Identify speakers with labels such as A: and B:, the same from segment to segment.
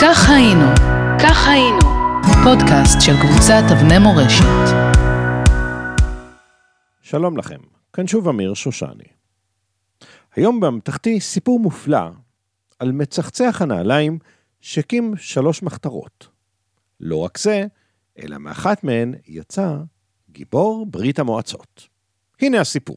A: כך היינו, פודקאסט של קבוצת אבני מורשת.
B: שלום לכם, כאן שוב אמיר שושני. היום באמתחתי סיפור מופלא על מצחצח הנעליים שהקים 3 מחתרות. לא רק זה, אלא מאחת מהן יצא גיבור ברית המועצות. הנה הסיפור.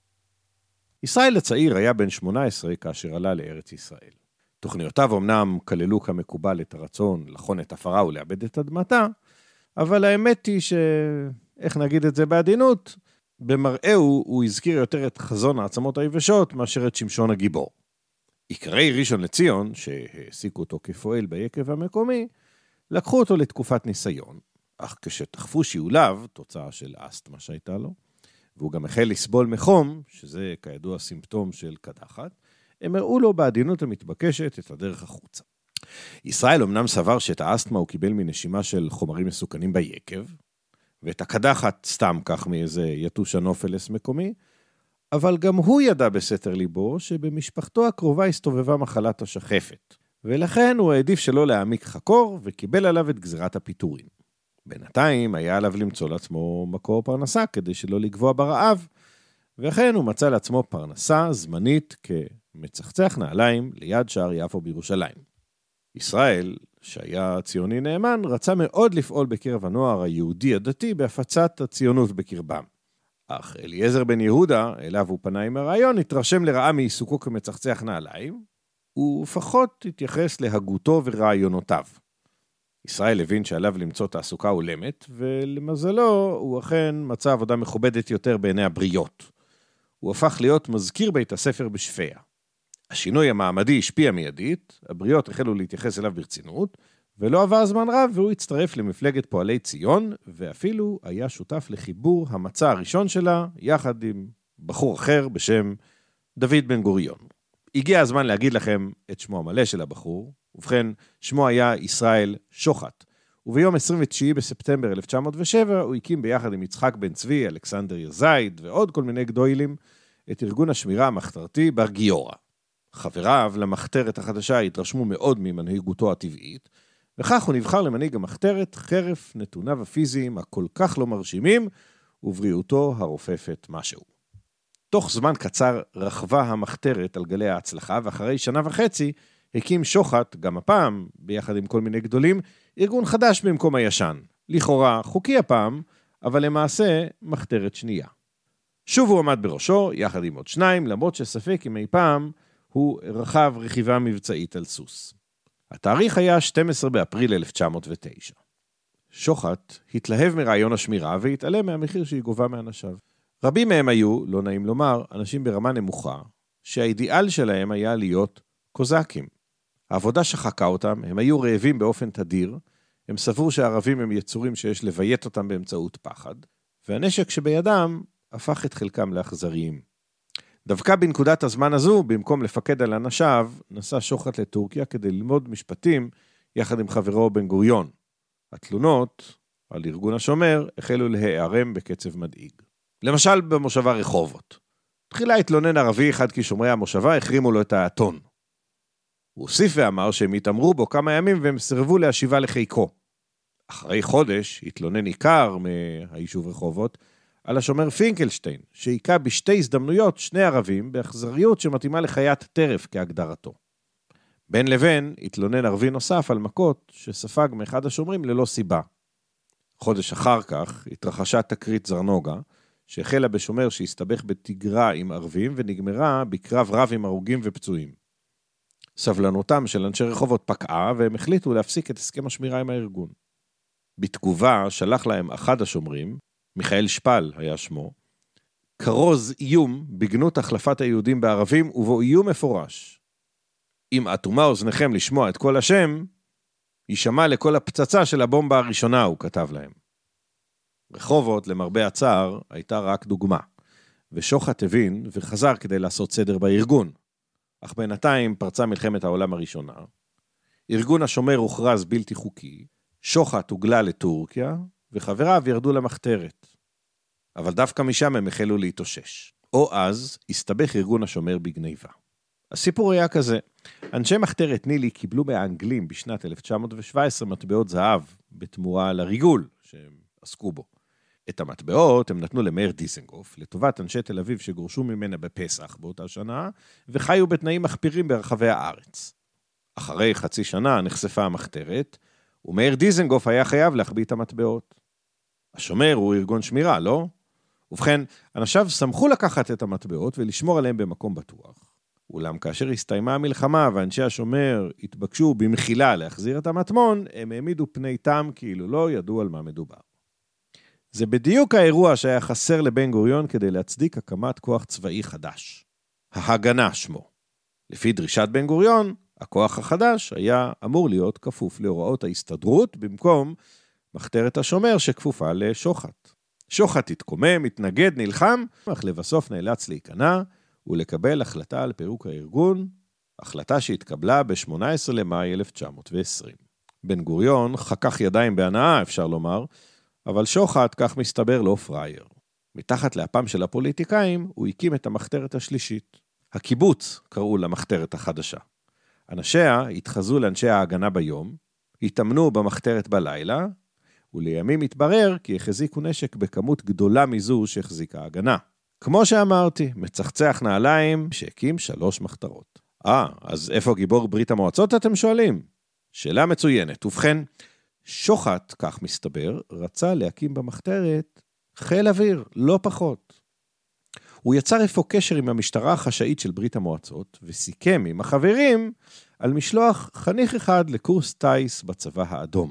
B: ישראל הצעיר היה בן 18 כאשר עלה לארץ ישראל. תוכניותיו אמנם כללו כמקובל את הרצון לחון את עפרה ולאבד את אדמתה, אבל האמת היא איך נגיד את זה בעדינות, במראהו הוא הזכיר יותר את חזון העצמות היבשות מאשר את שמשון הגיבור. עיקרי ראשון לציון, שהעסיקו אותו כפועל ביקב המקומי, לקחו אותו לתקופת ניסיון, אך כשתחפו שיעוליו, תוצאה של אסתמה שהייתה לו, והוא גם החל לסבול מחום, שזה כידוע סימפטום של קדחת, הם הראו לו בעדינות המתבקשת את הדרך החוצה. ישראל אמנם סבר שאת האסתמה הוא קיבל מנשימה של חומרים מסוכנים ביקב, ואת הקדחת סתם כך מאיזה יתוש הנופלס מקומי, אבל גם הוא ידע בסתר ליבו שבמשפחתו הקרובה הסתובבה מחלת השחפת, ולכן הוא העדיף שלא להעמיק חקור וקיבל עליו את גזירת הפיטורים. בינתיים היה עליו למצוא לעצמו מקור פרנסה כדי שלא לגבוע ברעב, וכן הוא מצא לעצמו פרנסה זמנית כמצחצח נעליים ליד שער יפו בירושלים. ישראל, שהיה ציוני נאמן, רצה מאוד לפעול בקרב הנוער היהודי הדתי בהפצת הציונות בקרבם. אך אליעזר בן יהודה, אליו הוא פנה עם הרעיון, התרשם לרעה מעיסוקו כמצחצח נעליים, ופחות התייחס להגותו ורעיונותיו. ישראל הבין שעליו למצוא תעסוקה הולמת, ולמזלו הוא אכן מצא עבודה מכובדת יותר בעיני הבריות. הוא הפך להיות מזכיר בית הספר בשפיה. השינוי המעמדי השפיע מיידית, הבריות החלו להתייחס אליו ברצינות, ולא עבר זמן רב והוא הצטרף למפלגת פועלי ציון, ואפילו היה שותף לחיבור המצע הראשון שלה, יחד עם בחור אחר בשם דוד בן גוריון. הגיע הזמן להגיד לכם את שמו המלא של הבחור, ובכן שמו היה ישראל שוחט, וביום 29 בספטמבר 1907 הוא הקים ביחד עם יצחק בן צבי, אלכסנדר יזייד ועוד כל מיני גדולים את ארגון השמירה המחתרתי בר גיורא. חבריו למחתרת החדשה התרשמו מאוד ממנהיגותו הטבעית, וכך הוא נבחר למנהיג המחתרת חרף נתוניו הפיזיים הכל כך לא מרשימים, ובריאותו הרופפת משהו. תוך זמן קצר רחבה המחתרת על גלי ההצלחה, ואחרי 1.5 שנה הקים שוחט, גם הפעם, ביחד עם כל מיני גדולים, ארגון חדש במקום הישן. לכאורה חוקי הפעם, אבל למעשה מחתרת שנייה. שוב הוא עמד בראשו, יחד עם עוד 2, למרות שספק אם אי פעם הוא רכב רכיבה מבצעית על סוס. התאריך היה 12 באפריל 1909. שוחט התלהב מרעיון השמירה והתעלם מהמחיר שהיא גובה מאנשיו. רבים מהם היו, לא נעים לומר, אנשים ברמה נמוכה, שהאידיאל שלהם היה להיות קוזקים. העבודה שחקה אותם, הם היו רעבים באופן תדיר, הם סברו שהערבים הם יצורים שיש לביית אותם באמצעות פחד, והנשק שבידם הפך את חלקם לאכזריים. דווקא בנקודת הזמן הזו, במקום לפקד על אנשיו, נסע שוחט לטורקיה כדי ללמוד משפטים יחד עם חברו בן גוריון. התלונות על ארגון השומר החלו להיערם בקצב מדאיג. למשל במושבה רחובות. תחילה התלונן ערבי אחד כי שומרי המושבה החרימו לו את האתון. הוא הוסיף ואמר שהם התאמרו בו כמה ימים והם סירבו להשיבה לחיקו. אחרי חודש התלונן עיקר מהיישוב רחובות על השומר פינקלשטיין, שהיכה ב2 הזדמנויות 2 ערבים באכזריות שמתאימה לחיית טרף כהגדרתו. בין לבין התלונן ערבי נוסף על מכות שספג מאחד השומרים ללא סיבה. חודש אחר כך התרחשה תקרית זרנוגה, שהחלה בשומר שהסתבך בתגרה עם ערבים ונגמרה בקרב רב עם הרוגים ופצועים. סבלנותם של אנשי רחובות פקעה והם החליטו להפסיק את הסכם השמירה עם הארגון. בתגובה שלח להם אחד השומרים, מיכאל שפל היה שמו, כרוז איום בגנות החלפת היהודים בערבים ובו איום מפורש. אם אטומה אוזניכם לשמוע את כל השם, יישמע לכל הפצצה של הבומבה הראשונה, הוא כתב להם. רחובות, למרבה הצער, הייתה רק דוגמה, ושוחט הבין וחזר כדי לעשות סדר בארגון. אך בינתיים פרצה מלחמת העולם הראשונה, ארגון השומר הוכרז בלתי חוקי, שוחט הוגלה לטורקיה, וחבריו ירדו למחתרת. אבל דווקא משם הם החלו להתאושש. או אז הסתבך ארגון השומר בגניבה. הסיפור היה כזה, אנשי מחתרת נילי קיבלו מהאנגלים בשנת 1917 מטבעות זהב בתמורה לריגול שהם עסקו בו. את המטבעות הם נתנו למאיר דיזנגוף, לטובת אנשי תל אביב שגורשו ממנה בפסח באותה שנה, וחיו בתנאים מחפירים ברחבי הארץ. אחרי חצי שנה נחשפה המחתרת, ומאיר דיזנגוף היה חייב להחביא את המטבעות. השומר הוא ארגון שמירה, לא? ובכן, אנשיו שמחו לקחת את המטבעות ולשמור עליהם במקום בטוח. אולם כאשר הסתיימה המלחמה ואנשי השומר התבקשו במחילה להחזיר את המטמון, הם העמידו פני תם כאילו לא ידעו על מה מדובר. זה בדיוק האירוע שהיה חסר לבן גוריון כדי להצדיק הקמת כוח צבאי חדש. ההגנה שמו. לפי דרישת בן גוריון, הכוח החדש היה אמור להיות כפוף להוראות ההסתדרות במקום מחתרת השומר שכפופה לשוחט. שוחט התקומם, התנגד, נלחם, אך לבסוף נאלץ להיכנע ולקבל החלטה על פירוק הארגון, החלטה שהתקבלה ב-18 למאי 1920. בן גוריון חכך ידיים בהנאה, אפשר לומר, אבל שוחט, כך מסתבר, לא פרייר. מתחת לאפם של הפוליטיקאים, הוא הקים את המחתרת השלישית. הקיבוץ קראו למחתרת החדשה. אנשיה התחזו לאנשי ההגנה ביום, התאמנו במחתרת בלילה, ולימים התברר כי החזיקו נשק בכמות גדולה מזו שהחזיקה ההגנה. כמו שאמרתי, מצחצח נעליים שהקים 3 מחתרות. אז איפה גיבור ברית המועצות אתם שואלים? שאלה מצוינת. ובכן, שוחט, כך מסתבר, רצה להקים במחתרת חיל אוויר, לא פחות. הוא יצר אפוא קשר עם המשטרה החשאית של ברית המועצות, וסיכם עם החברים על משלוח חניך אחד לקורס טייס בצבא האדום.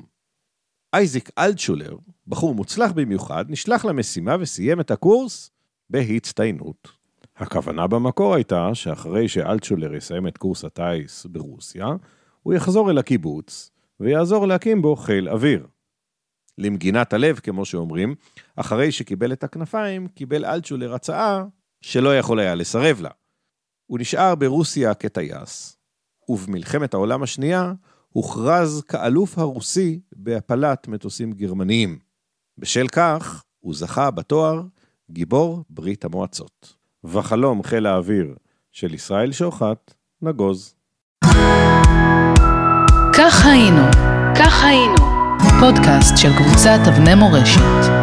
B: אייזיק אלטשולר, בחור מוצלח במיוחד, נשלח למשימה וסיים את הקורס בהצטיינות. הכוונה במקור הייתה שאחרי שאלטשולר יסיים את קורס הטייס ברוסיה, הוא יחזור אל הקיבוץ ויעזור להקים בו חיל אוויר. למגינת הלב, כמו שאומרים, אחרי שקיבל את הכנפיים, קיבל אלטשולר הצעה שלא יכול היה לסרב לה. הוא נשאר ברוסיה כטייס, ובמלחמת העולם השנייה הוכרז כאלוף הרוסי בהפלת מטוסים גרמניים. בשל כך הוא זכה בתואר גיבור ברית המועצות. וחלום חיל האוויר של ישראל שוחט נגוז.
A: כך היינו, פודקאסט של קבוצת אבני מורשת.